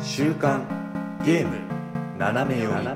週刊ゲーム斜め読み。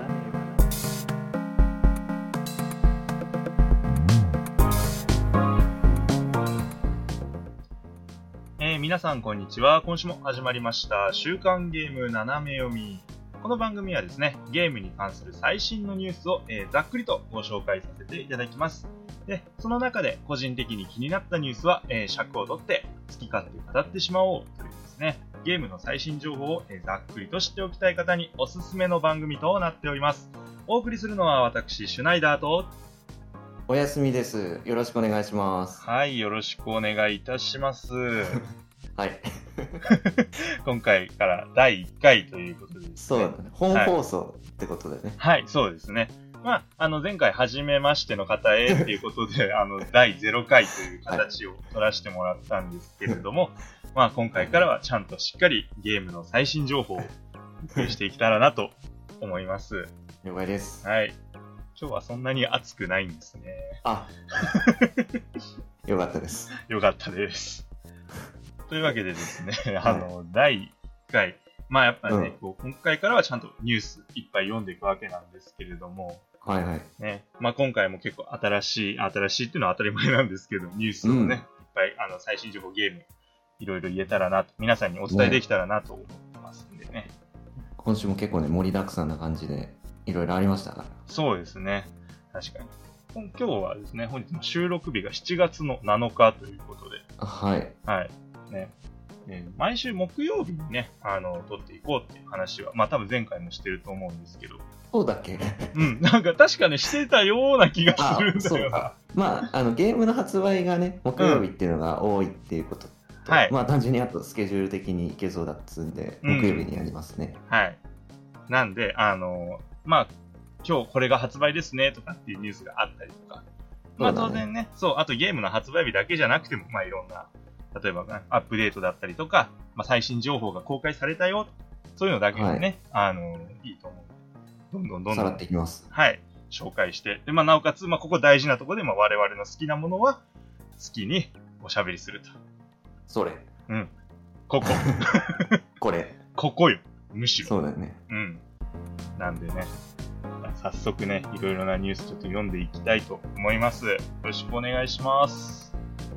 皆さんこんにちは。今週も始まりました週刊ゲーム斜め読み。この番組はですね、ゲームに関する最新のニュースを、ざっくりとご紹介させていただきます。で、その中で個人的に気になったニュースは、尺を取って好き勝手語ってしまおうというですね、ゲームの最新情報を、ざっくりと知っておきたい方におすすめの番組となっております。お送りするのは私、シュナイダーとおやすみです。よろしくお願いします。 はい、よろしくお願いいたします。 はい。 今回から第1回ということでですね。 そうだね。本放送ってことでね。 はい、そうですね。まあ、前回初めましての方へっていうことで、第0回という形を取らせてもらったんですけれども、まあ、今回からはちゃんとしっかりゲームの最新情報をお送りしていけたらなと思います。 了解です。 はい。今日はそんなに暑くないんですね。 あ、よかったです。 よかったです。というわけでですね、第1回、まあやっぱね、今回からはちゃんとニュースいっぱい読んでいくわけなんですけれども、 はいはい。 ね、まあ今回も結構新しいっていうのは当たり前なんですけど、ニュースをね、いっぱい最新情報ゲームいろいろ言えたらなと、皆さんにお伝えできたらなと思ってますんでね。 今週も結構ね、盛りだくさんな感じでいろいろありましたから。 そうですね。確かに。今日はですね、本日の収録日が7月の7日ということで。 はい。 はい。ね。毎週木曜日にね、撮っていこうっていう話は、まあ多分前回もしてると思うんですけど。 そうだっけ？ うん、なんか確かね、してたような気がするんだよな。 まあ、ゲームの発売がね、木曜日っていうのが多いっていうことと、 はい。 まあ単純にあとスケジュール的にいけそうだっつうんで、木曜日にやりますね。 はい。なんで、まあ、今日これが発売ですねとかっていうニュースがあったりとか、まあ当然ね、そう、あとゲームの発売日だけじゃなくても、まあいろんな、例えば、ね、アップデートだったりとか、まあ最新情報が公開されたよ、そういうのだけでね、いいと思う。どんどん。 さらっていきます。 はい。紹介して。で、まあなおかつ、まあここ大事なところで、まあ我々の好きなものは、好きにおしゃべりすると。 それ。 うん。ここ。 これ。 ここよ。むしろ。 そうだよね。 うん。なんでね、早速ね、いろいろなニュースちょっと読んでいきたいと思います。よろしくお願いします。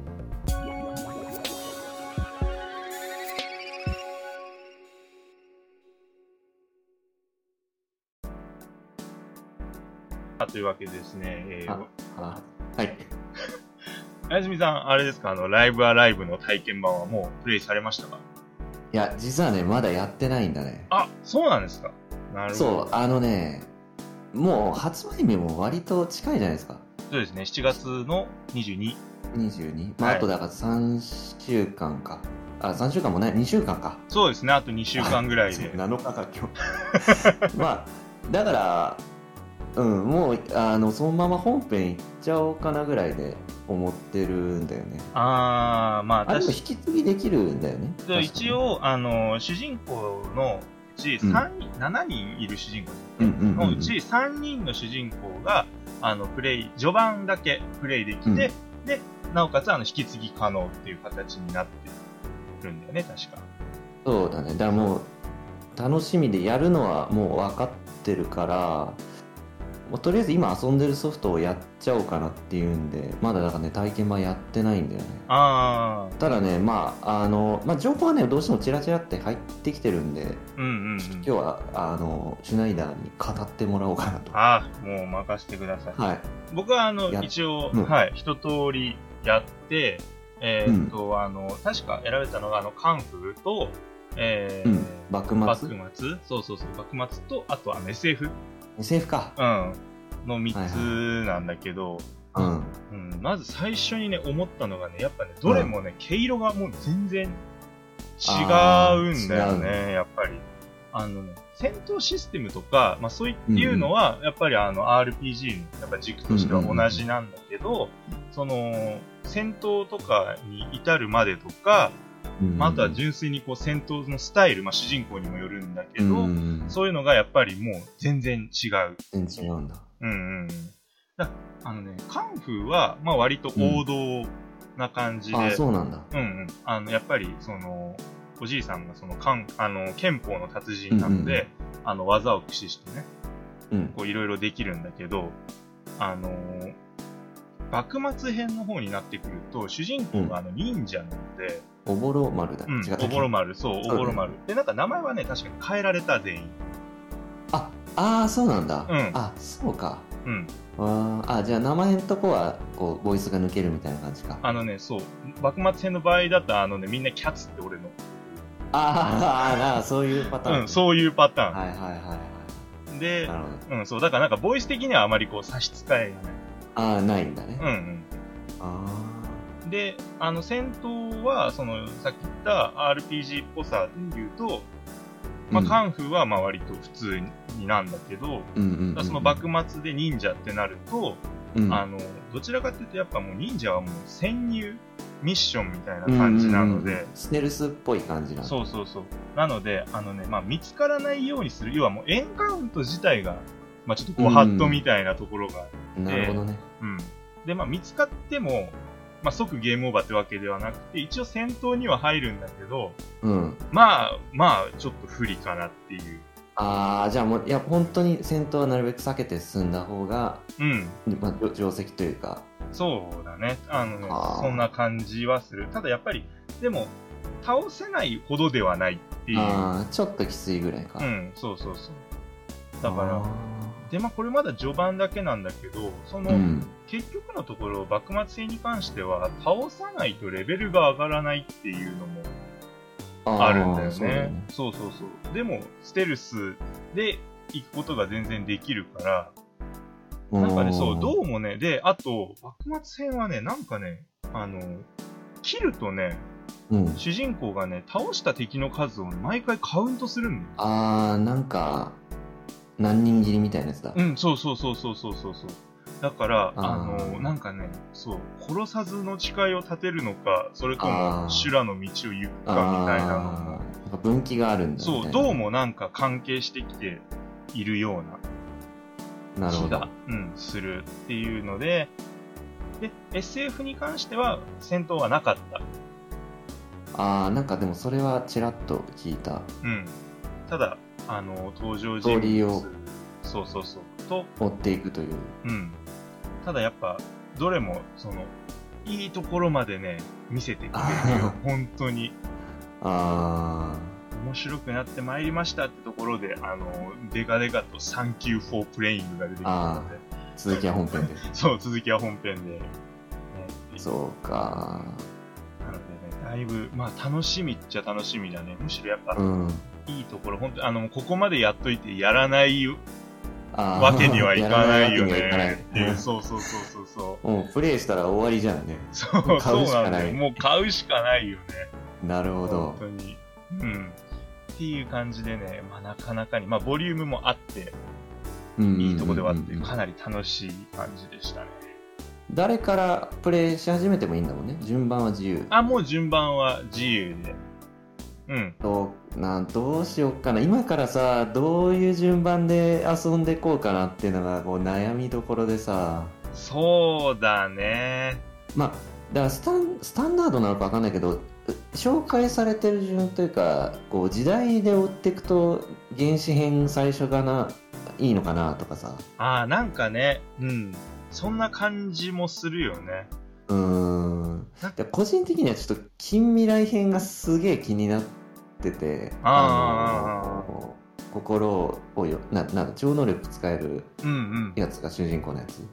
というわけでですね、 はい。 あやすみさん、あれですか、ライブアライブの体験版はもうプレイされましたか？ いや、実はね、まだやってないんだね。 あ、そうなんですか。なるほど。 そう、もう発売日も割と近いじゃないですか。 そうですね、7月の22。 22? まあ、あとだから3週間か。あ、3週間もない、2週間か。 そうですね、あと2週間ぐらいで。 7日か、今日。まあ、だから、もう、そのまま本編いっちゃおうかなぐらいで思ってるんだよね。 まあ、 でも引き継ぎできるんだよね。 一応、主人公のうち7人いる主人公のうち3人の主人公が、序盤だけプレイできて、で、なおかつ、引き継ぎ可能っていう形になってるんだよね、確か。 そうだね。だからもう、楽しみでやるのはもう分かってるから、もうとりあえず今遊んでるソフトをやっちゃおうかなっていうんで、まだだからね、体験版やってないんだよね。ただね、まあ、情報はね、どうしてもチラチラって入ってきてるんで、今日は、シュナイダーに語ってもらおうかなと。 もう任せてください。 はい。 僕は、一応、はい、一通りやって、確か選べたのが、カンフーと、 幕末そう、幕末と、あとSF。 SF か。 の3つなんだけど、まず最初にね、思ったのがね、やっぱね、どれもね、毛色がもう全然違うんだよね、やっぱり。戦闘システムとか、まあそういうのは、やっぱりRPG のやっぱ軸としては同じなんだけど、その、戦闘とかに至るまでとか、あとは純粋にこう戦闘のスタイル、まあ、主人公にもよるんだけど、そういうのがやっぱりもう全然違う。 全然違うんだ。 カンフーは、まあ割と王道な感じで。 そうなんだ。 やっぱり、その、 おじいさんがその憲法の達人なので、技を駆使してね、こういろいろできるんだけど、幕末編の方になってくると、主人公が忍者なので、 おぼろ丸だ。 違った。おぼろ丸、そう、おぼろ丸。で、なんか名前はね、確かに変えられた、全員。 そうなんだ。そうか。じゃあ名前のとこは、こう、ボイスが抜けるみたいな感じか。 そう。幕末編の場合だと、みんなキャッツって俺の。 そういうパターン。 そういうパターン。 はいはいはい。 で、そう、だからなんか、ボイス的にはあまりこう、差し支えがない。ないんだね。 で、戦闘は、さっき言った RPG っぽさで言うと、カンフーは割と普通になんだけど、その幕末で忍者ってなると、どちらかっていうとやっぱもう忍者はもう潜入ミッションみたいな感じなので、 ステルスっぽい感じなの。 そう。なので、見つからないようにする、要はもうエンカウント自体が、ちょっとこうハットみたいなところがあって、 なるほどね。 で、見つかっても、即ゲームオーバーってわけではなくて、一応戦闘には入るんだけど、ちょっと不利かなっていう。 じゃあもう、いや、本当に戦闘はなるべく避けて進んだ方が、定石というか。 そうだね。そんな感じはする。ただやっぱり、でも、倒せないほどではないっていう。 ちょっときついぐらいか。 そう。だから、で、これまだ序盤だけなんだけど、結局のところ、幕末編に関しては、倒さないとレベルが上がらないっていうのもあるんだよね。そう。でも、ステルスで行くことが全然できるから、なんかね、そう、どうもね、で、あと、幕末編はね、なんかね、切るとね、主人公がね、倒した敵の数を毎回カウントするんだよ。 なんか、何人斬りみたいなやつだ。 そう。だから、なんかね、そう、殺さずの誓いを立てるのか、それとも修羅の道を行くかみたいなのも。 分岐があるんだね。 そう、どうもなんか関係してきているような気が、するっていうので、で、SF に関しては戦闘はなかった。 なんかでもそれはちらっと聞いた。 ただ、登場人物そうと追っていくという。 ただやっぱどれもいいところまでね見せてくれるよ本当に。面白くなってまいりましたってところでデカデカとサンキューフォープレイングが出てきたので続きは本編でそう続きは本編で、 そうか。 なのでねだいぶ楽しみっちゃ楽しみだね。むしろやっぱ、いいところ、本当にここまでやっといてやらないわけにはいかないよねっていう。そう。 もうプレイしたら終わりじゃんね。 そうなんだよ。もう買うしかないよね。 なるほど。 本当に。っていう感じでね、なかなかに、ボリュームもあって、いいとこではあって、かなり楽しい感じでしたね。 誰からプレイし始めてもいいんだもんね。順番は自由。 もう順番は自由で。 どうしよっかな。今からさ、どういう順番で遊んでこうかなっていうのがこう悩みどころでさ。 そうだね。 だからスタンダードなのか分かんないけど、紹介されてる順というか、こう時代で追っていくと原始編最初がいいのかなとかさ。 なんかね、そんな感じもするよね。 個人的にはちょっと近未来編がすげえ気になってて、心を超能力使えるやつが主人公のやつ。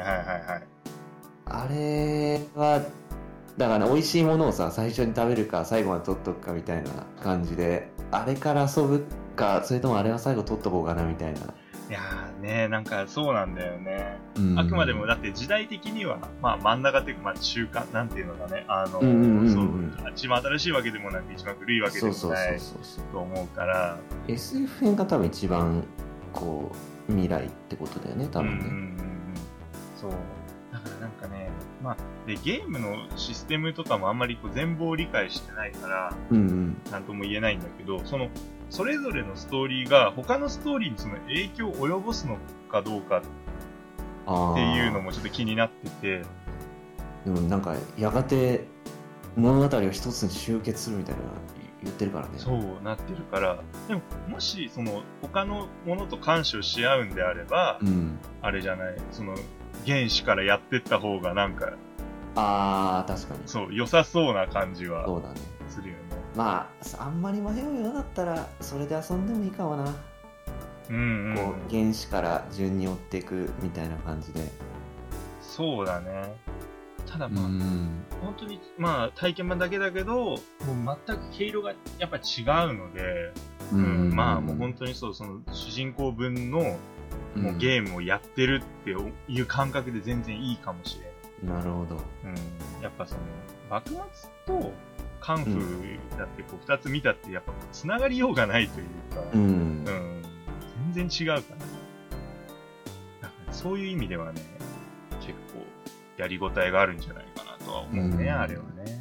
あれはだから、美味しいものをさ最初に食べるか最後まで取っとくかみたいな感じで、あれから遊ぶかそれともあれは最後取っとこうかなみたいな。 いやーね、なんかそうなんだよね。あくまでもだって時代的には真ん中っていうか中間なんていうのかね、一番新しいわけでもなく一番古いわけでもないと思うから、 SF 編が多分一番こう未来ってことだよね多分ね。 そうだからなんかね、でゲームのシステムとかもあんまりこう全貌を理解してないからなんとも言えないんだけど、それぞれのストーリーが他のストーリーにその影響を及ぼすのかどうかっていうのもちょっと気になってて。でもなんかやがて物語が一つに集結するみたいな言ってるからね。 そうなってるから、でももしその他のものと干渉し合うんであれば、あれじゃない、その原子からやってった方がなんか、 確かにそう良さそうな感じはそうだねするよね。 まああんまり迷うようだったらそれで遊んでもいいかもな。こう原子から順に追っていくみたいな感じで。 そうだね。ただまあ、本当にまあ体験版だけだけど、もう全く毛色がやっぱ違うので、まあもう本当にその主人公分のもうゲームをやってるっていう感覚で全然いいかもしれない。 なるほど。 やっぱその幕末とカンフーだってこう2つ見たってやっぱつながりようがないというか、全然違うから。だからそういう意味ではね、結構やりごたえがあるんじゃないかなとは思うね、あれはね。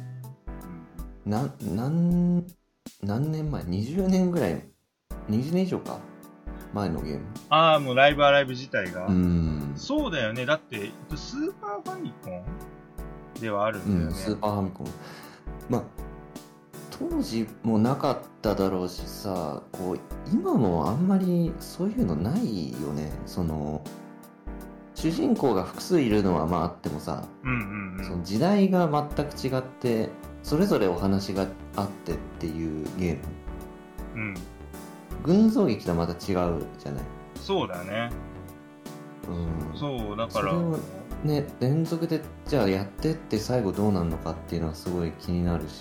何年前 ?20 年ぐらい ?20 年以上か前のゲーム。 もうライブアライブ自体が。そうだよね。だって、スーパーファミコンではあるんだよね。 スーパーファミコン。まあ、当時もなかっただろうしさ、こう、今もあんまりそういうのないよね。その、主人公が複数いるのはまああってもさ、その時代が全く違って、それぞれお話があってっていうゲーム。群像劇とはまた違うじゃない。 そうだね。そう、だから。 それをね、連続でじゃあやってって最後どうなるのかっていうのはすごい気になるし。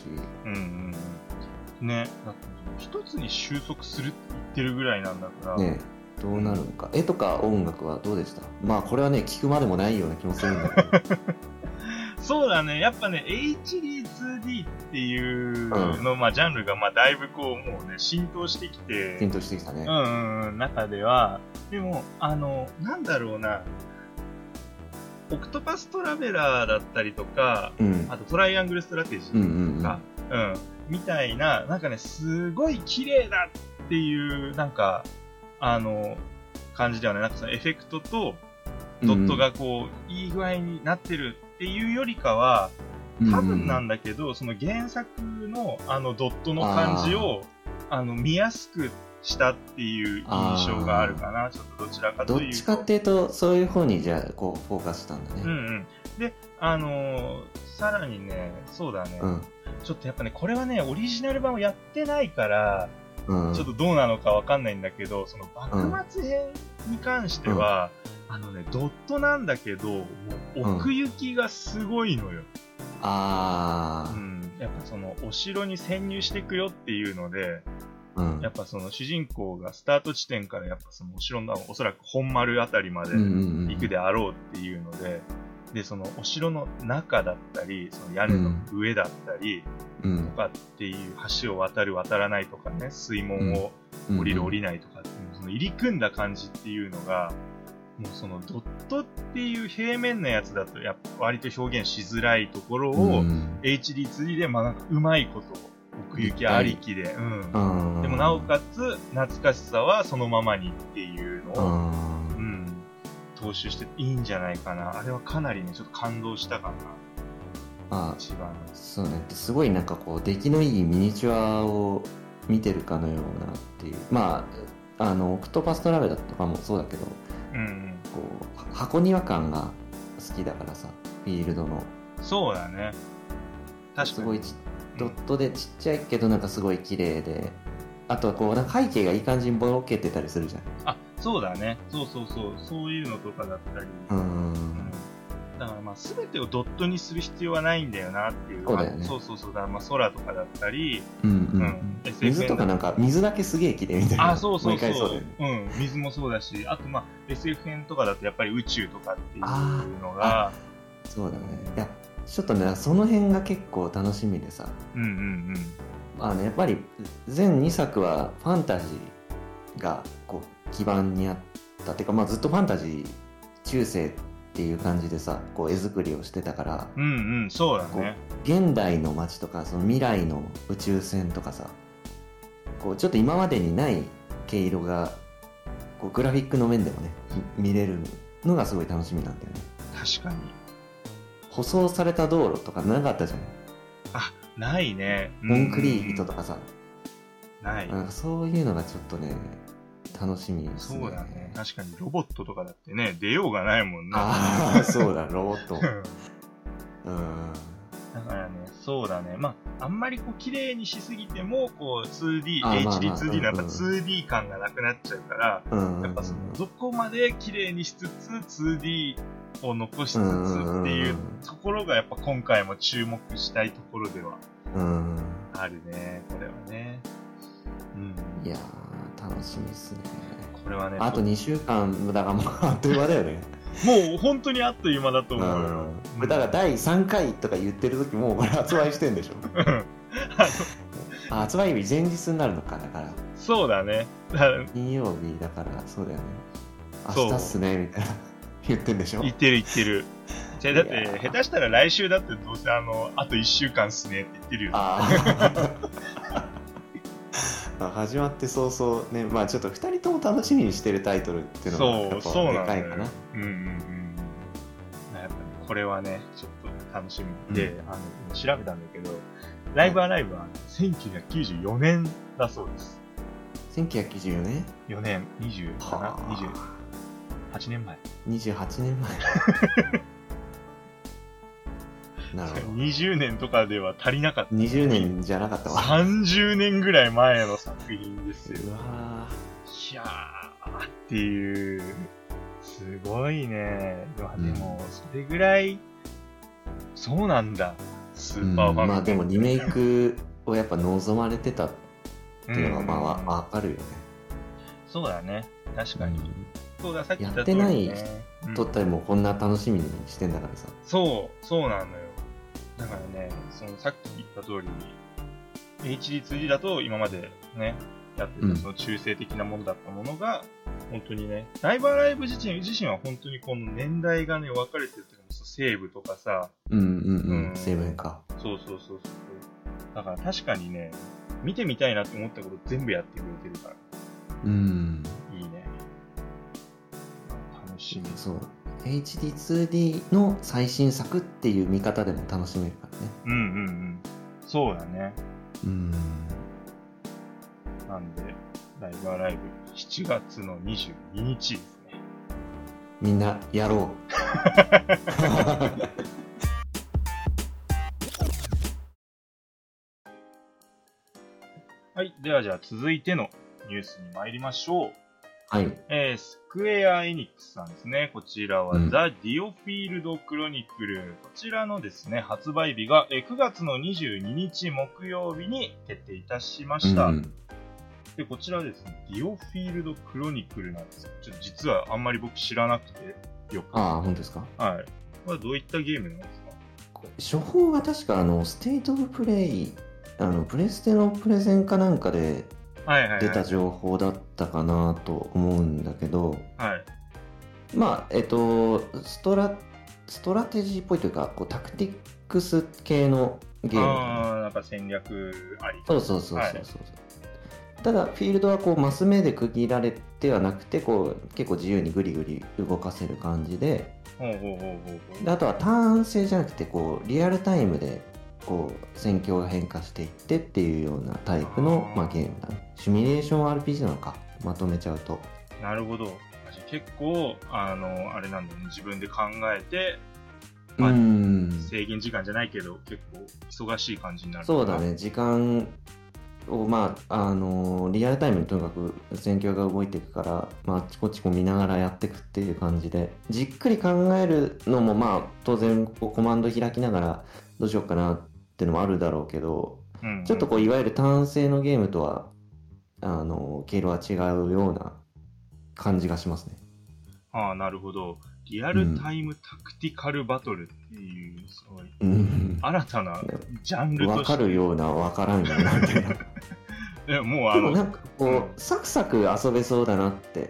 ね、だって一つに収束するって言ってるぐらいなんだから。 ね、どうなるのか。絵とか音楽はどうでした？まあこれはね、聞くまでもないような気もするんだけど。 そうだね、やっぱね、HD2D っていうの、まあジャンルがまあだいぶこうもうね、浸透してきて。 浸透してきたね。 中では、でも、なんだろうな、オクトパストラベラーだったりとか、あとトライアングルストラテジーとか、みたいな、なんかね、すごい綺麗だっていう、なんか、感じではね、なんかそのエフェクトとドットがこう、いい具合になってるっていうよりかは、多分なんだけど、その原作のドットの感じを、見やすくしたっていう印象があるかな。ちょっとどちらかというと。 どっちかっていうと、そういう方にじゃあ、こう、フォーカスしたんだね。 で、さらにね、そうだね。ちょっとやっぱね、これはね、オリジナル版をやってないから、ちょっとどうなのかわかんないんだけど、その幕末編に関しては、ドットなんだけど、もう奥行きがすごいのよ。やっぱその、お城に潜入していくよっていうので、やっぱその主人公がスタート地点からやっぱそのお城のおそらく本丸あたりまで行くであろうっていうので、で、そのお城の中だったり、その屋根の上だったり、とかっていう橋を渡る渡らないとかね、水門を降りる降りないとかっていう、その入り組んだ感じっていうのが、もうそのドットっていう平面のやつだとやっぱ割と表現しづらいところを HD2D でまあなんかうまいこと奥行きありきで、でもなおかつ懐かしさはそのままにっていうのを、踏襲していいんじゃないかな。あれはかなりねちょっと感動したかな。一番そうね。すごいなんかこう出来のいいミニチュアを見てるかのようなっていう。まあオクトパストラベラとかもそうだけど、こう箱庭感が好きだからさ、フィールドの。 そうだね。確かに。 すごいドットでちっちゃいけどなんかすごい綺麗で、あとはこうなんか背景がいい感じにボロけてたりするじゃん。 そうだね。そういうのとかだったり。だからまあ全てをドットにする必要はないんだよなっていう。 そうだよね。 だからまあ空とかだったり、 水とかなんか水だけすげえ綺麗みたいな。 そう。水もそうだし、あとまあ SF 編とかだとやっぱり宇宙とかっていうのが。 そうだね。いや、ちょっとね、その辺が結構楽しみでさ。やっぱり全2作はファンタジーがこう基盤にあったっていうか、まあずっとファンタジー中世っていう感じでさ、こう絵作りをしてたから、 そうだね。 現代の街とかその未来の宇宙船とかさ、こうちょっと今までにない毛色がこうグラフィックの面でもね見れるのがすごい楽しみなんだよね。 確かに。 舗装された道路とかなかったじゃん。 ないね。 コンクリートとかさ、 ない。 なんかそういうのがちょっとね、楽しみですね。 そうだね。確かにロボットとかだってね、出ようがないもんね。 ああ、そうだ、ロボット。 だからね、そうだね。まあ、あんまりこう、綺麗にしすぎても、こう、2D、 あーまあまあ HD2D のやっぱ 2D 感がなくなっちゃうから、やっぱその、どこまで綺麗にしつつ、2D を残しつつっていうところが、やっぱ今回も注目したいところではあるね、これはね。 いやー、楽しみですね。 これはね、 あと2週間だからもうあっという間だよね。 もう本当にあっという間だと思うよ。 だから第3回とか言ってる時もうこれ発売してんでしょ。発売日前日になるのかだから。 そうだね。 金曜日だからそうだよね。明日っすねみたいな言ってんでしょ。 言ってる。じゃあだって下手したら来週だってどうせあと1週間っすねって言ってるよ、ね。 始まって早々ね、まあちょっと2人とも楽しみにしてるタイトルっていうのがやっぱでかいかな。やっぱりこれはね、ちょっと楽しみで、調べたんだけど、ライブアライブは1994年だそうです。 1994年 ?4 年、20かな ?28 年前。 28年前。なるほど。 20年とかでは足りなかった。 20年じゃなかったわ。 30年ぐらい前の作品ですよ。 うわいやーっていう、すごいね。でも、それぐらい、そうなんだ。スーパーファミコン。 まあでもリメイクをやっぱ望まれてたっていうのはまあわかるよね。 そうだね。確かに。そうだ、さっき言った通り、ね。やってない人ってもこんな楽しみにしてんだからさ。 そうなのよ。だからね、さっき言った通り、HD2D だと今までね、やってたその中性的なものだったものが、本当にね、ライブアライブ自身は本当にこの年代がね、分かれてるっていうか、西部とかさ、 西部か。 そう。だから確かにね、見てみたいなって思ったこと全部やってくれてるから。いいね。楽しみ。 そう。HD2D の最新作っていう見方でも楽しめるからね。そうだね。なんで、ライブアライブ7月の22日ですね。 みんなやろう。 はい。では続いてのニュースに参りましょう。 はい。 スクエア・エニックスさんですね。こちらは、ザ・ディオフィールド・クロニクル。こちらのですね、発売日が9月の22日木曜日に決定いたしました。で、こちらですね、ディオフィールド・クロニクルなんですよ。実はあんまり僕知らなくてよく。 本当ですか？ はい。これはどういったゲームなんですか？ 初報が確かステート・オブ・プレイ、プレステのプレゼンかなんかで、出た情報だったかなと思うんだけど、まあストラテジーっぽいというかタクティクス系のゲーム、 なんか戦略あり。 そう、ただフィールドはマス目で区切られてはなくて結構自由にグリグリ動かせる感じで、であとはターン制じゃなくてリアルタイムで戦況が変化していってっていうようなタイプのゲームだね。シミュレーション RPG なのか、まとめちゃうと。 なるほど。結構あれなんだよね、自分で考えて、制限時間じゃないけど結構忙しい感じになる。 そうだね、時間をリアルタイムにとにかく戦況が動いていくから、あっちこっち見ながらやっていくっていう感じで、じっくり考えるのも当然コマンド開きながらどうしようかなっていうのもあるだろうけど、ちょっといわゆる単性のゲームとは経路は違うような感じがしますね。 なるほど。リアルタイムタクティカルバトルっていう、すごい、新たなジャンルとして。 わかるような、わからんようなみたいな。 でもなんかサクサク遊べそうだなって、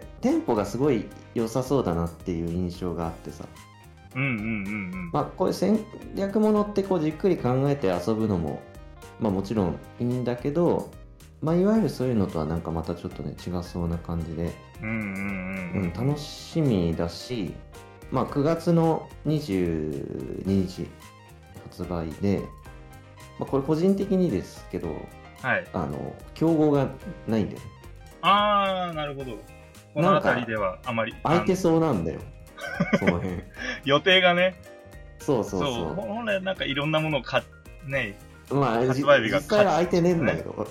テンポがすごい良さそうだなっていう印象があってさ。こういう戦略ものってじっくり考えて遊ぶのも、もちろんいいんだけど、いわゆるそういうのとはなんかまたちょっとね違そうな感じで、楽しみだし、9月の22日発売で、これ個人的にですけど、 はい。 競合がないんだよね。 なるほど。この辺りではあまり。 空いてそうなんだよ。その辺。 予定がね。 そうそうそう。 本来なんかいろんなものをね、 まあ、 発売日が実際は空いてねえんだけど。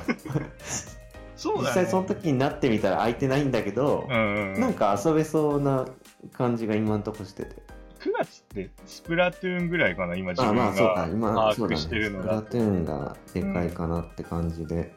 そうだね。 実際その時になってみたら空いてないんだけど、なんか遊べそうな感じが今んとこしてて。 9月ってスプラトゥーンぐらいかな、今自分が把握してるのが。 スプラトゥーンがでかいかなって感じで。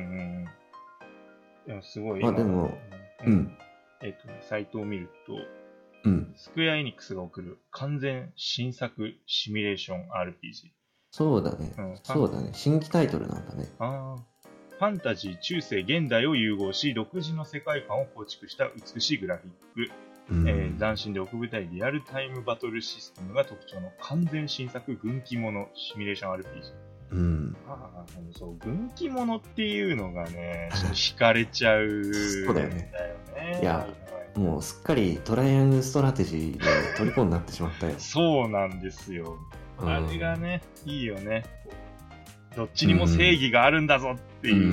でもすごい。 まあでも、 サイトを見ると、スクエアエニックスが送る完全新作シミュレーション RPG。 そうだね。そうだね。新規タイトルなんだね。 ファンタジー、中世、現代を融合し、独自の世界観を構築した美しいグラフィック。斬新で奥深いリアルタイムバトルシステムが特徴の完全新作軍記物シミュレーション RPG。そう、軍記物っていうのがね、惹かれちゃうんだよね。 いや、もうすっかりトライアングルストラテジーで虜になってしまったよ。 そうなんですよ。あれがね、いいよね。どっちにも正義があるんだぞっていう。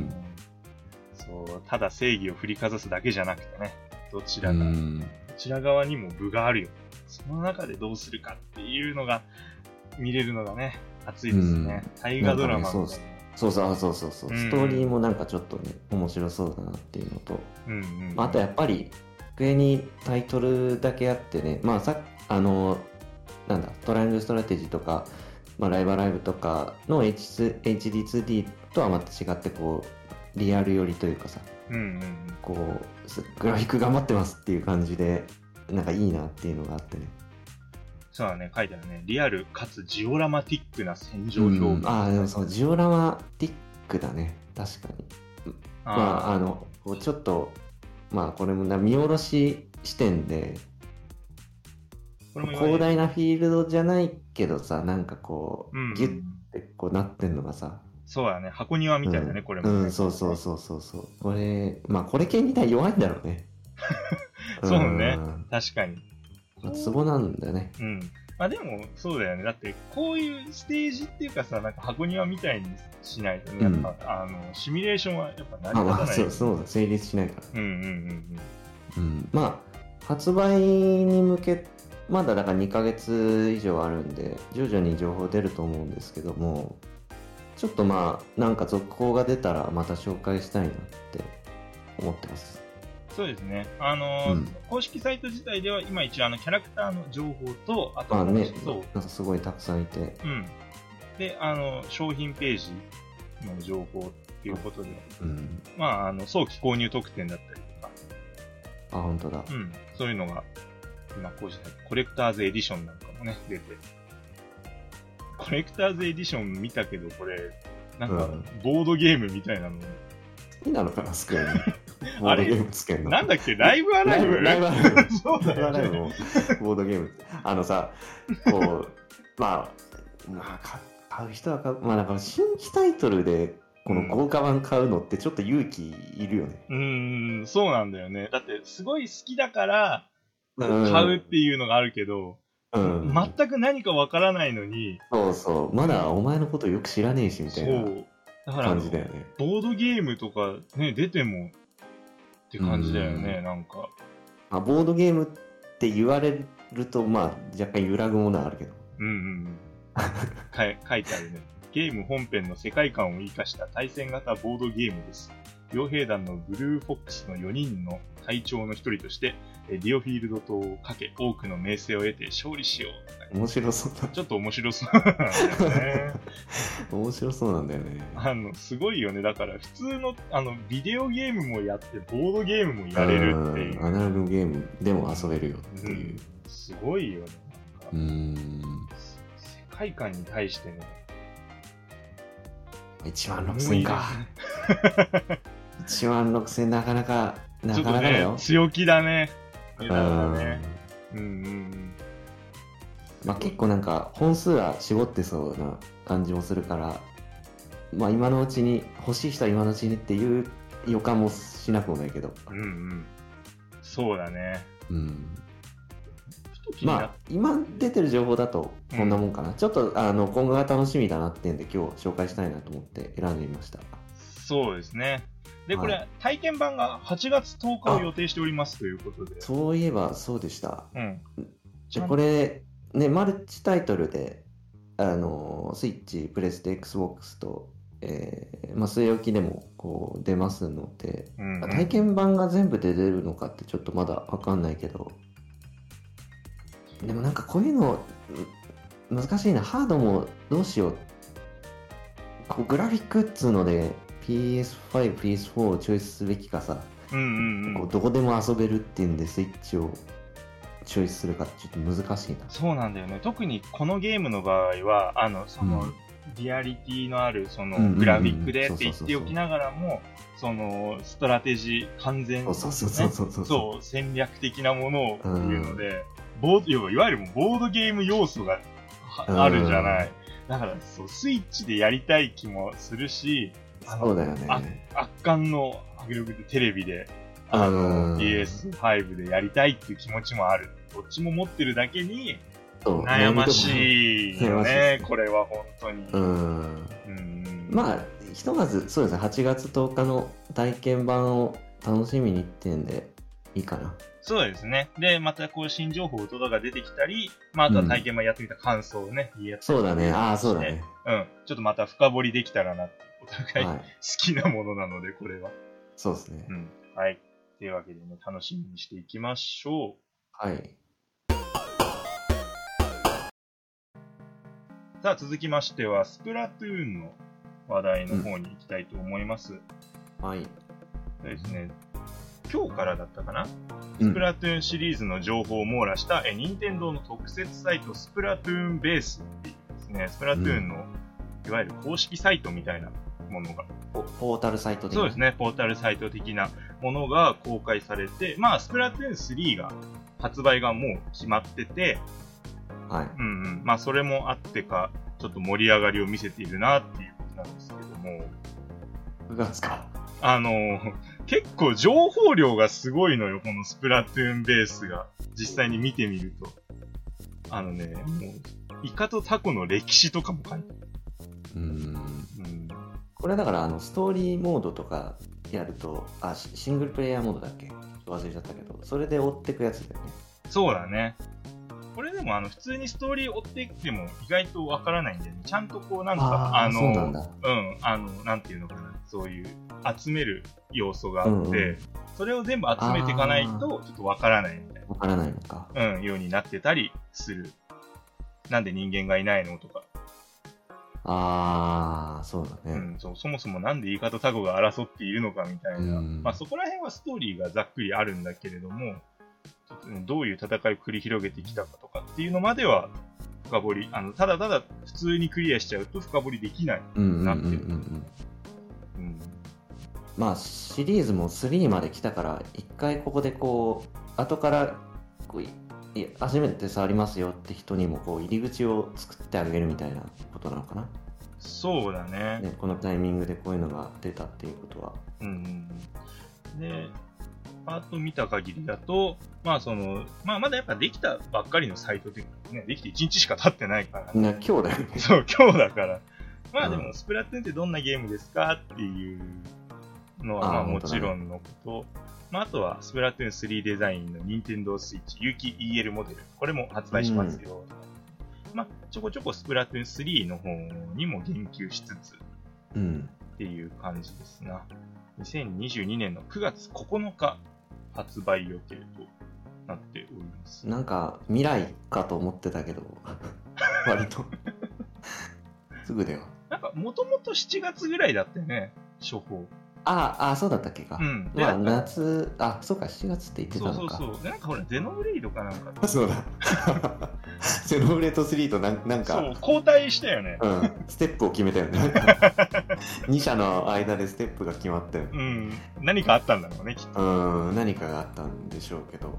そう、ただ正義を振りかざすだけじゃなくてね。どちら側にも部があるよ。その中でどうするかっていうのが見れるのがね、熱いですね。大河ドラマの、ね。 そう。ストーリーもなんかちょっとね、面白そうだなっていうのと。あとやっぱり、上にタイトルだけあってね、まあなんだ、トライアングルストラテジーとか、まあ、ライブライブとかの HD2D とはまた違って、こう、リアル寄りというかさ、こうグラフィック頑張ってますっていう感じでなんかいいなっていうのがあってね。 そうだね、書いてあるね。リアルかつジオラマティックな戦場表現。 でもそうジオラマティックだね、確かに。まあちょっとまあこれも見下ろし視点で広大なフィールドじゃないけどさ、なんかこう、ギュッてこうなってんのがさ、 そうだね。箱庭みたいだね、これも、ね。 そう。これ、まあ、これ系に対弱いんだろうね。 そうね。確かに。 ツボなんだよね。 まあでも、そうだよね。だって、こういうステージっていうかさ、なんか箱庭みたいにしないとね、やっぱ、シミュレーションはやっぱ成り立たない。 そうだ、成立しないから。まあ、発売に向け、まだだから2ヶ月以上あるんで、徐々に情報出ると思うんですけども、ちょっとまあなんか続報が出たらまた紹介したいなって思ってます。 そうですね。公式サイト自体では今一応キャラクターの情報と、あとね、なんかすごいたくさんいて。 で、商品ページの情報っていうことで、まあ、早期購入特典だったりとか。 本当だ。 そういうのが、今公式サイト、コレクターズエディションなんかもね、出て。コレクターズエディション見たけど、これ、なんか、ボードゲームみたいなの。 好きなのかな、スクエアに。ボードゲームつけんの。 なんだっけ、ライブアライブそうだよね。ライブアライブも、ボードゲーム。さ、こう、まあ、買う人は買う。まあ、だから新規タイトルで、この豪華版買うのってちょっと勇気いるよね。 そうなんだよね。だって、すごい好きだから、買うっていうのがあるけど、全く何かわからないのに。 そう。まだお前のことよく知らねえし、みたいな感じだよね。 ボードゲームとかね、出てもって感じだよね、なんか。 ボードゲームって言われると、まあ、若干揺らぐものはあるけど。 書いてあるね。ゲーム本編の世界観を生かした対戦型ボードゲームです。傭兵団のブルーフォックスの4人の隊長の一人として、ディオフィールド島をかけ多くの名声を得て勝利しよう。面白そうだ。 ちょっと面白そうなんだよね。 面白そうなんだよね。 すごいよね。だから普通の、ビデオゲームもやって、ボードゲームもやれるっていう。 アナログゲームでも遊べるよっていう。 すごいよね。なんか世界観に対してね。 16,000か。16,000なかなかだよ。 強気だね。 まあ結構なんか本数は絞ってそうな感じもするから、まあ今のうちに欲しい人は今のうちにっていう予感もしなくもないけど。 そうだね。 まあ今出てる情報だとこんなもんかな、ちょっと今後が楽しみだなっていうんで今日紹介したいなと思って選んでみました。 そうですね。で、これ、体験版が8月10日を予定しておりますということで。 そういえばそうでした。 でこれね、マルチタイトルでスイッチ、プレステ、Xbox と、据え置きでもこう出ますので、体験版が全部で出るのかってちょっとまだ分かんないけど、でもなんかこういうの難しいな。ハードもどうしよう。こうグラフィックっつうので PS5、PS4 をチョイスすべきかさ、こうどこでも遊べるっていうんでスイッチをチョイスするかちょっと難しいな。 そうなんだよね。特にこのゲームの場合はその、リアリティのあるそのグラフィックでって言っておきながらも、そのストラテジー完全そう戦略的なものをいうので、いわゆるボードゲーム要素があるじゃない。だからそうスイッチでやりたい気もするし、 そうだよね。 圧巻の迫力でテレビでPS5 でやりたいっていう気持ちもある。どっちも持ってるだけに悩ましいよね、これは本当に。まあ、ひとまずそうですね、8月10日の体験版を楽しみにってんでいいかな。 そうですね。で、またこう新情報とかが出てきたり、あとは体験版やってみた感想をね、言い合ったりそうだね、そうだね。 ちょっとまた深掘りできたらなって、お互い好きなものなので、これは。 そうですね。 はい。というわけでね、楽しみにしていきましょう。 はい。 さあ、続きましては、スプラトゥーンの話題の方に行きたいと思います。 はい。 ですね、今日からだったかな、スプラトゥーンシリーズの情報を網羅した任天堂の特設サイト、スプラトゥーンベースっていうですね、スプラトゥーンの、いわゆる公式サイトみたいなものが。 ポータルサイト的な。 そうですね、ポータルサイト的なものが公開されて、スプラトゥーン3が発売がもう決まってて、それもあってか、ちょっと盛り上がりを見せているなっていうことなんですけども。 9月か。 結構情報量がすごいのよ、このスプラトゥーンベースが。実際に見てみると。もう、イカとタコの歴史とかも書いてある。 これだからストーリーモードとかやると、シングルプレイヤーモードだっけ？忘れちゃったけど、それで追っていくやつだよね。 そうだね。これでも普通にストーリー追っていっても意外とわからないんだよね。ちゃんとこうなんかそうなんだ。 なんていうのかな、そういう集める要素があって、それを全部集めていかないとちょっとわからないみたいな。 わからないのか。 ようになってたりする。なんで人間がいないのとか。 そうだね。 そもそもなんでイカとタコが争っているのかみたいな。そこら辺はストーリーがざっくりあるんだけれども、どういう戦いを繰り広げてきたかとかっていうのまでは深掘り、ただただ普通にクリアしちゃうと深掘りできないなってる。 シリーズも3まで来たから一回ここでこう後からこう初めて触りますよって人にもこう入り口を作ってあげるみたいなことなのかな。 そうだね。 このタイミングでこういうのが出たっていうことは。 で、パート見た限りだと、まだやっぱできたばっかりのサイトで、ね、できて1日しか経ってないから、 今日だよね。 そう、今日だから。でも、スプラトゥーンってどんなゲームですかっていうのは、もちろんのこと。あとは、スプラトゥーン3デザインの任天堂スイッチ有機 EL モデル。これも発売しますよ。ちょこちょこスプラトゥーン3の方にも言及しつつ、っていう感じですな。2022年の9月9日発売予定となっております。 なんか未来かと思ってたけど割とすぐだよ。 なんかもともと7月ぐらいだったよね、初歩。 そうだったっけか。夏、そうか、7月って言ってたのか。 そう。で、なんかほら、ゼノブレイドかなんか。 そうだ。ゼノブレイド3となんか。 そう、交代したよね。 ステップを決めたよね。2社の間でステップが決まったよ。 何かあったんだろうね、きっと。 何かがあったんでしょうけど。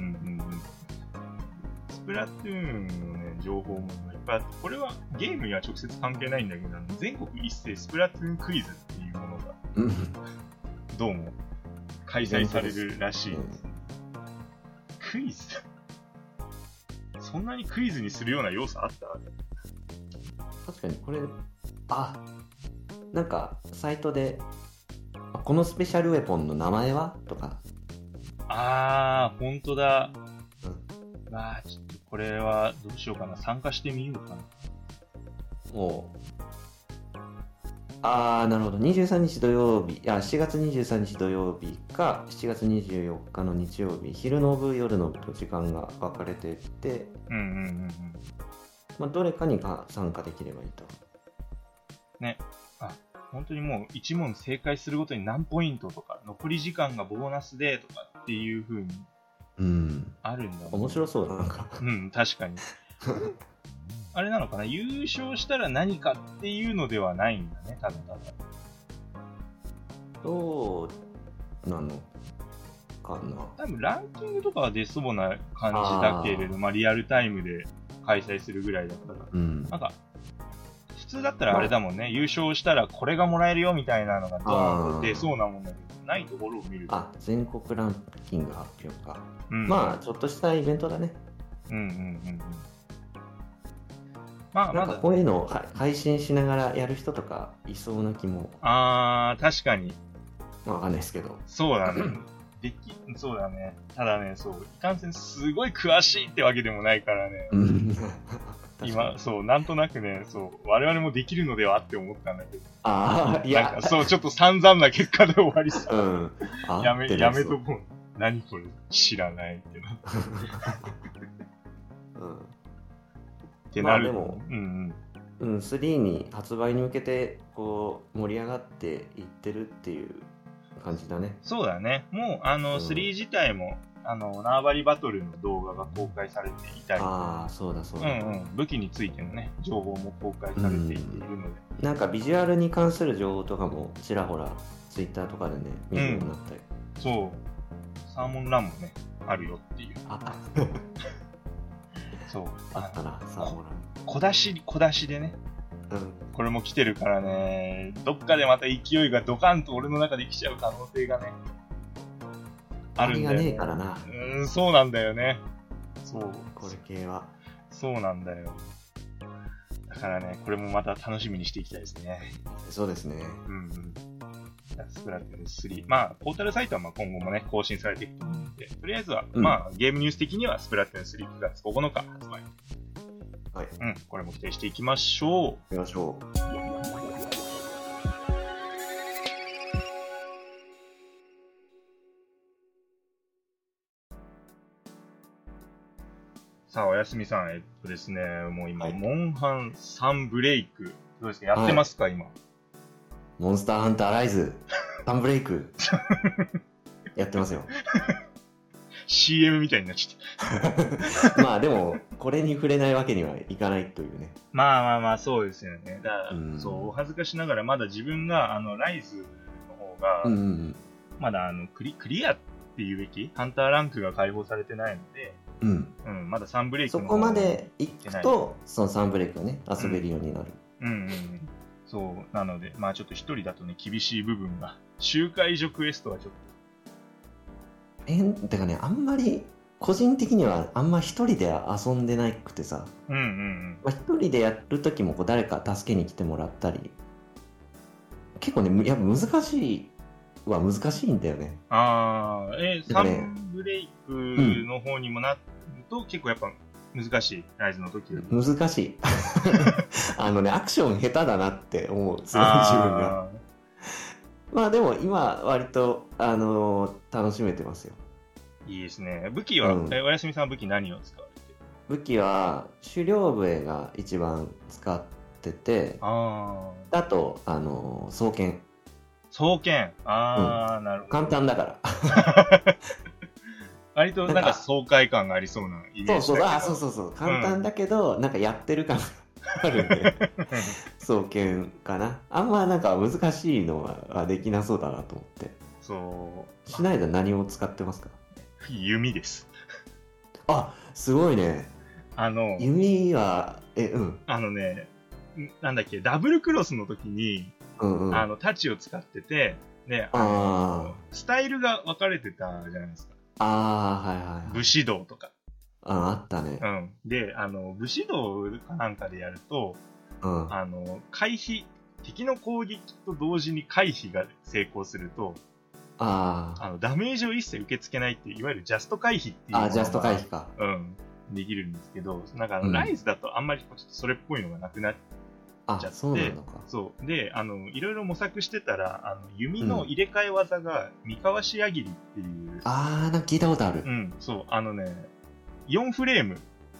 スプラトゥーンのね、情報もいっぱいあって、これはゲームには直接関係ないんだけど、全国一斉スプラトゥーンクイズっていうものが、どうも開催されるらしいです。クイズそんなにクイズにするような要素あった？ 確かにこれ、なんかサイトでこのスペシャルウェポンの名前はとか。 ほんとだ。ちょっとこれはどうしようかな。参加してみようかな。 なるほど。23日土曜日、7月23日土曜日か7月24日の日曜日、昼の部夜の部と時間が分かれていて、どれかに参加できればいいと。 ね。本当にもう1問正解するごとに何ポイントとか、残り時間がボーナスでとかっていう風にあるんだもん。 面白そうだ、なんか。 確かに。あれなのかな、優勝したら何かっていうのではないんだね、ただただ。 そうなのかな。 多分ランキングとかは出そうな感じだけれど、リアルタイムで開催するぐらいだったら、なんか、普通だったらあれだもんね、優勝したらこれがもらえるよみたいなのがドーンと出そうなもんだけど、ないところを見ると。 全国ランキング発表か。ちょっとしたイベントだね。なんかこういうのを配信しながらやる人とかいそうな気も。 確かに。 わかんないですけど。 そうだね。そうだね。ただね、いかんせんすごい詳しいってわけでもないからね。今、なんとなくね、我々もできるのではって思ったんだけど。 いや。 ちょっと散々な結果で終わりそう。やめとこう。何これ知らないってな。ってなる。 でも、3に発売に向けてこう盛り上がっていってるっていう感じだね。 そうだね。もう3自体も縄張りバトルの動画が公開されていたり、 そうだ。 武器についてのね情報も公開されているので、 なんかビジュアルに関する情報とかもちらほらツイッターとかでね見るようになったり。 サーモンランもねあるよっていう。 あったな、サーモンラン。 小出しでね。これも来てるからね、どっかでまた勢いがドカンと俺の中で来ちゃう可能性がね、あるんだよね。 ねえからな。 そうなんだよね。 これ系は。 そうなんだよ。だからね、これもまた楽しみにしていきたいですね。 そうですね。 スプラトゥーン3。ポータルサイトは今後もね、更新されていくと思うので、とりあえずは、ゲームニュース的にはスプラトゥーン3、9月9日発売。これも期待していきましょう。さあ、おやすみさん、ですね、もう今、モンハン3ブレイク、どうですか、やってますか、今。 モンスターハンターライズ3ブレイクやってますよ。 CM みたいになっちゃった。 でもこれに触れないわけにはいかないというね。 そうですよね。お恥ずかしながらまだ自分がライズの方が、まだクリアっていうべきハンターランクが解放されてないので、まだ3ブレイクのそこまで行くとその3ブレイクをね遊べるようになる。 なのでちょっと一人だとね厳しい部分が、周回所クエストはちょっとてかね、あんまり個人的にはあんま一人で遊んでなくてさ、一人でやるときも誰か助けに来てもらったり、結構ねやっぱ難しいんだよね。 3ブレイクの方にもなると結構やっぱ難しい、ライズの時より難しい。アクション下手だなって思う、すごい自分が。でも今割と楽しめてますよ。 いいですね。武器は、おやすみさんは武器何を使われてる？ 武器は狩猟笛が一番使ってて、あと双剣。 なるほど。 簡単だから。 割となんか爽快感がありそうなイメージだけど。 そう簡単だけど、なんかやってる感があるんで双剣かな。あんまなんか難しいのはできなそうだなと思って。シュナイダー何を使ってますか？ 弓です。 すごいね。弓はなんだっけ、ダブルクロスの時に、太刀を使ってて、ね、スタイルが分かれてたじゃないですか。武士道とか。 あったね。 うん。で、武士道かなんかでやると、 うん。 回避、敵の攻撃と同時に回避が成功すると、ダメージを一切受け付けないっていう、いわゆるジャスト回避っていうものが、 ジャスト回避か。 うん、できるんですけど、なんかライズだとあんまりちょっとそれっぽいのがなくなっちゃって、 そうなのか。 そう。で、いろいろ模索してたら、弓の入れ替え技が、三河し矢切りっていう。 なんか聞いたことある。 うん、そう。4フレーム。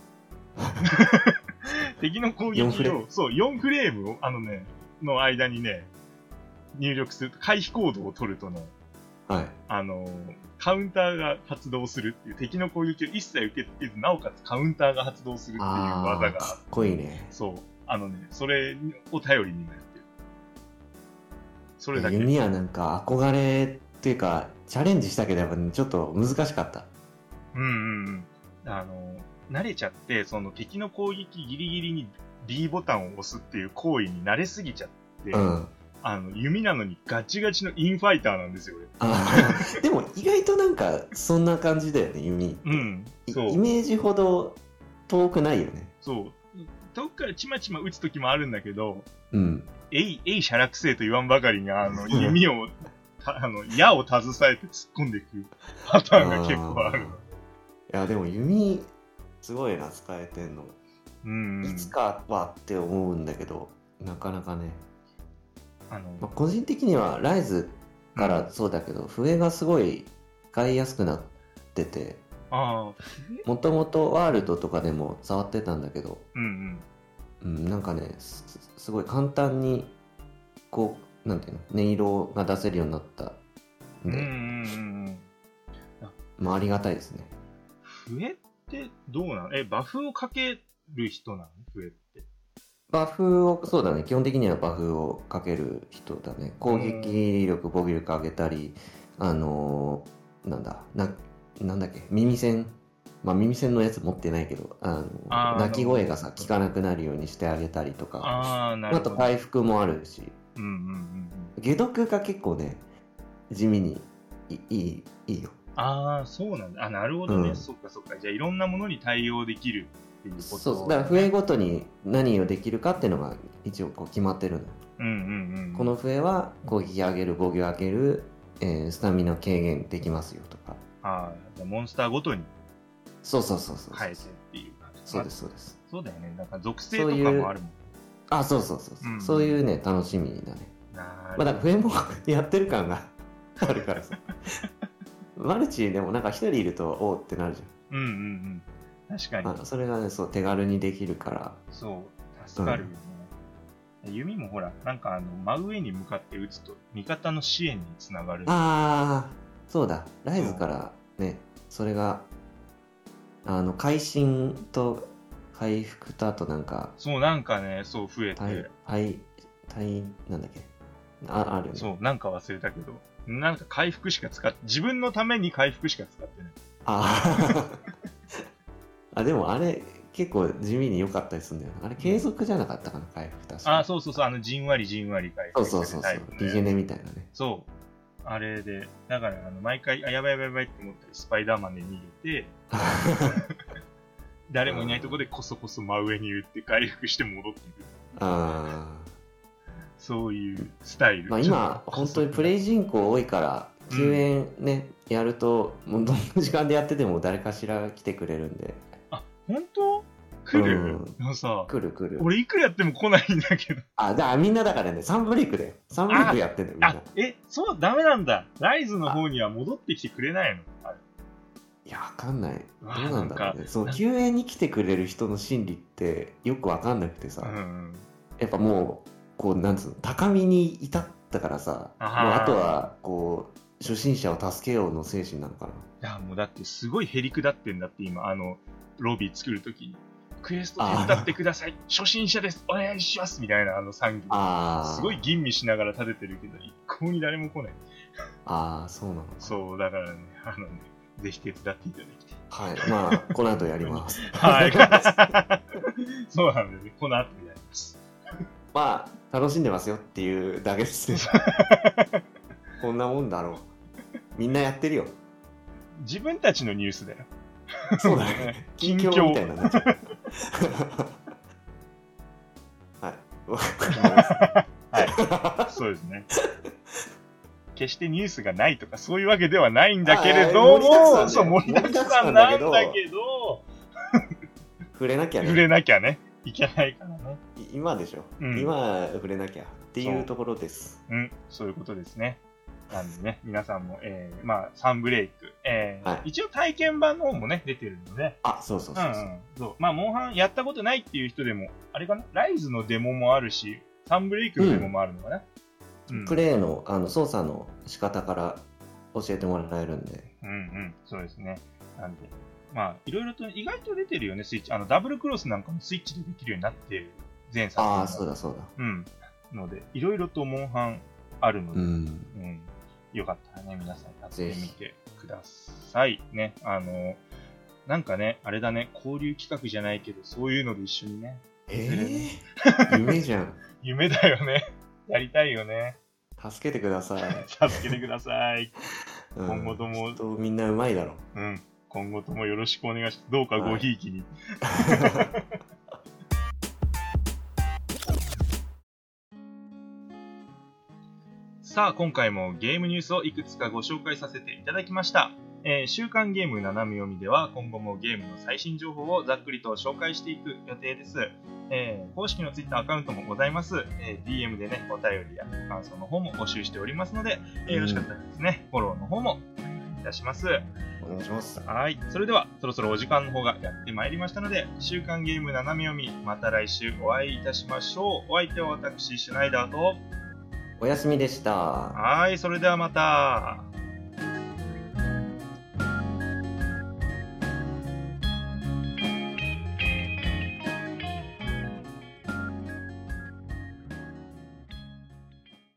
敵の攻撃を、そう、4フレームを、の間にね、入力すると、回避行動を取るとね、 はい。 カウンターが発動するっていう、敵の攻撃を一切受け付けず、なおかつカウンターが発動するっていう技が。 かっこいいね。 そう。それを頼りになってる。それだけ。 弓はなんか憧れっていうか、チャレンジしたけど、やっぱちょっと難しかった。 うんうんうん。慣れちゃって、その敵の攻撃ギリギリに B ボタンを押すっていう行為に慣れすぎちゃって、弓なのにガチガチのインファイターなんですよ、 俺。でも意外となんかそんな感じだよね、弓。 うん。 そう。イメージほど遠くないよね。 そう。遠くからちまちま撃つ時もあるんだけど、 うん。 えいしゃらくせえと言わんばかりに、弓を、矢を携えて突っ込んでいくパターンが結構ある。 いや、でも弓、すごいな、使えてんの。いつかはって思うんだけど、なかなかね。個人的にはライズからそうだけど、笛がすごい使いやすくなってて、もともとワールドとかでも触ってたんだけど、なんかね、すごい簡単にこう、なんていうの、音色が出せるようになったんで、まあありがたいですね。 笛ってどうなの？バフをかける人なの？笛って。 バフを、そうだね、基本的にはバフをかける人だね。攻撃力、防御力上げたり、なんだっけ、耳栓。まあ耳栓のやつ持ってないけど、鳴き声がさ、聞かなくなるようにしてあげたりとか、あと回復もあるし、解毒が結構ね、地味にいいよ。 そうなんだ。なるほどね。そっかそっか。じゃあいろんなものに対応できるっていうこと、ね。 そう、だから笛ごとに何をできるかっていうのが一応こう決まってるの。この笛は攻撃上げる、防御上げる、スタミナ軽減できますよとか。 じゃあモンスターごとに。 そう。 変えてっていう感じ。 そうです。 そうだよね。なんか属性とかもあるもん。 そう。そういうね、楽しみだね。まあだから笛もやってる感があるからさ。マルチでもなんか一人いるとおーってなるじゃん。 確かに。 それがね、そう、手軽にできるから。 そう、助かるよね。弓もほら、なんか真上に向かって撃つと、味方の支援につながる。 そうだ。ライズからね、それが、会心と回復とあとなんか、 そう、なんかね、そう、増えて。 なんだっけ。あるよね。 そう、なんか忘れたけど、なんか回復しか自分のために回復しか使ってない。 でもあれ、結構地味に良かったりするんだよな。あれ、継続じゃなかったかな、回復確か。 そう、じんわり回復そう。リゲネみたいなね。 そう。あれで、だから、毎回、やばいって思ったり、スパイダーマンで逃げて、誰もいないとこでこそこそ真上に打って回復して戻ってくる。そういうスタイル。 まあ今、本当にプレイ人口多いから、救援ね、やると、もうどの時間でやってても誰かしら来てくれるんで。 本当？来る？さ、 来る。 俺いくらやっても来ないんだけど。 だからみんなだからね、3ブレイクで。3ブレイクやってんだよ、みんな。 そう、ダメなんだ。ライズの方には戻ってきてくれないの？ いや、わかんない。どうなんだろうね。そう、救援に来てくれる人の心理ってよくわかんなくてさ。やっぱもう、こう、なんつうの、高みに至ったからさ、もうあとは、こう、初心者を助けようの精神なのかな。 いや、もうだってすごいへりくだってんだって今、ロビー作るときに。クエスト手伝ってください。初心者です。お願いします。みたいな賛議。すごい吟味しながら立ててるけど、一向に誰も来ない。 そうなの。 そう、だからね、ぜひ手伝っていただきたい。 はい。まあ、この後やります。 はい。そうなんでね、この後やります。 まあ、楽しんでますよっていうだけですね。こんなもんだろう。みんなやってるよ。 自分たちのニュースだよ。 そうだね。近況みたいなね。はい。 はい。そうですね。決してニュースがないとかそういうわけではないんだけれども、そう、盛りだくさんなんだけど、 触れなきゃね。 触れなきゃね。いけないからね。 今でしょ。今触れなきゃっていうところです。 そういうことですね。なんでね、皆さんも、まあ、サンブレイク、一応体験版の方もね、出てるので。 そうそう。 まあ、モンハンやったことないっていう人でも、あれかな、ライズのデモもあるし、サンブレイクのデモもあるのかな。 プレイの、操作の仕方から教えてもらえるんで。 そうですね。なんで、まあ、いろいろと、意外と出てるよね、スイッチ。ダブルクロスなんかもスイッチでできるようになってる。前作。 そうだ。 ので、いろいろとモンハンあるので、よかったらね、皆さんやってみてください。ね、なんかね、あれだね、交流企画じゃないけど、そういうので一緒にね。 夢じゃん。 夢だよね。やりたいよね。 助けてください。 助けてください。今後とも。 みんなうまいだろ。 今後ともよろしくお願いします。どうかごひいきに。さあ、今回もゲームニュースをいくつかご紹介させていただきました。週刊ゲーム斜め読みでは今後もゲームの最新情報をざっくりと紹介していく予定です。公式の Twitter アカウントもございます。DM でね、お便りや感想の方も募集しておりますので、よろしかったらですね、フォローの方もお願いいたします。 お願いします。 はい。それでは、そろそろお時間の方がやってまいりましたので、週刊ゲーム斜め読み、また来週お会いいたしましょう。お相手は私、シュナイダーと、 おやすみでした。 はい。それではまた。